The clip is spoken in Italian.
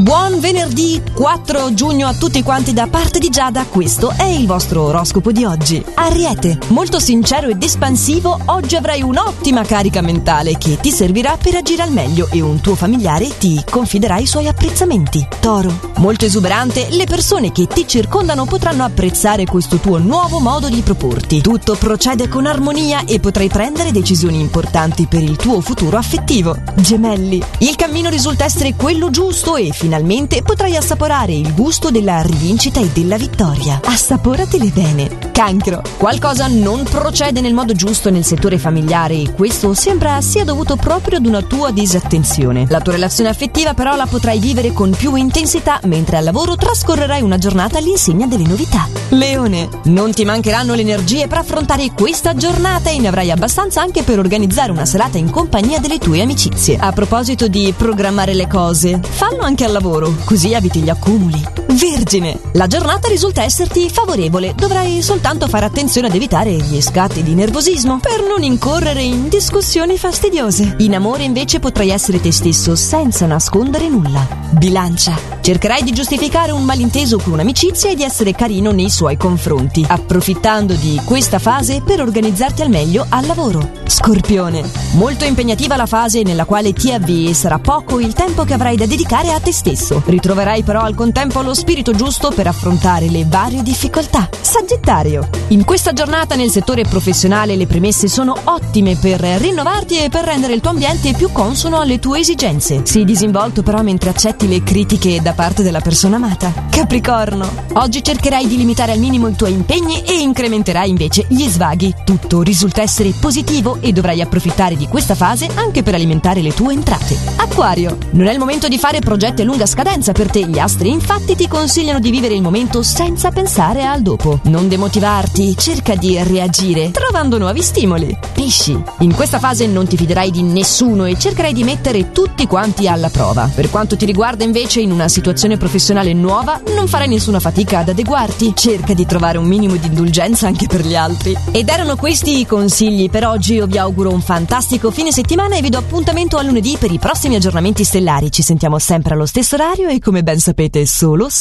Buon venerdì 4 giugno a tutti quanti da parte di Giada, questo è il vostro oroscopo di oggi. Ariete, molto sincero ed espansivo, oggi avrai un'ottima carica mentale che ti servirà per agire al meglio e un tuo familiare ti confiderà i suoi apprezzamenti. Toro, molto esuberante, le persone che ti circondano potranno apprezzare questo tuo nuovo modo di proporti. Tutto procede con armonia e potrai prendere decisioni importanti per il tuo futuro affettivo. Gemelli, il cammino risulta essere quello giusto e finalmente potrai assaporare il gusto della rivincita e della vittoria. Assaporatele bene. Cancro, qualcosa non procede nel modo giusto nel settore familiare e questo sembra sia dovuto proprio ad una tua disattenzione. La tua relazione affettiva però la potrai vivere con più intensità, mentre al lavoro trascorrerai una giornata all'insegna delle novità. Leone, non ti mancheranno le energie per affrontare questa giornata e ne avrai abbastanza anche per organizzare una serata in compagnia delle tue amicizie. A proposito di programmare le cose, fallo anche al lavoro, così eviti gli accumuli. Vergine, la giornata risulta esserti favorevole, dovrai soltanto fare attenzione ad evitare gli scatti di nervosismo per non incorrere in discussioni fastidiose. In amore invece potrai essere te stesso senza nascondere nulla. Bilancia, cercherai di giustificare un malinteso con un'amicizia e di essere carino nei suoi confronti, approfittando di questa fase per organizzarti al meglio al lavoro. Scorpione, molto impegnativa la fase nella quale ti avvii e sarà poco il tempo che avrai da dedicare a te stesso. Ritroverai però al contempo lo spirito giusto per affrontare le varie difficoltà. Sagittario, in questa giornata nel settore professionale le premesse sono ottime per rinnovarti e per rendere il tuo ambiente più consono alle tue esigenze. Sii disinvolto però mentre accetti le critiche da parte della persona amata. Capricorno, oggi cercherai di limitare al minimo i tuoi impegni e incrementerai invece gli svaghi. Tutto risulta essere positivo e dovrai approfittare di questa fase anche per alimentare le tue entrate. Acquario, non è il momento di fare progetti a lunga scadenza per te, gli astri infatti ti consigliano di vivere il momento senza pensare al dopo. Non demotivarti, cerca di reagire trovando nuovi stimoli. Pesci, in questa fase non ti fiderai di nessuno e cercherai di mettere tutti quanti alla prova. Per quanto ti riguarda invece, in una situazione professionale nuova non farai nessuna fatica ad adeguarti, cerca di trovare un minimo di indulgenza anche per gli altri. Ed erano questi i consigli per oggi. Io vi auguro un fantastico fine settimana e vi do appuntamento a lunedì per i prossimi aggiornamenti stellari. Ci sentiamo sempre allo stesso orario e come ben sapete solo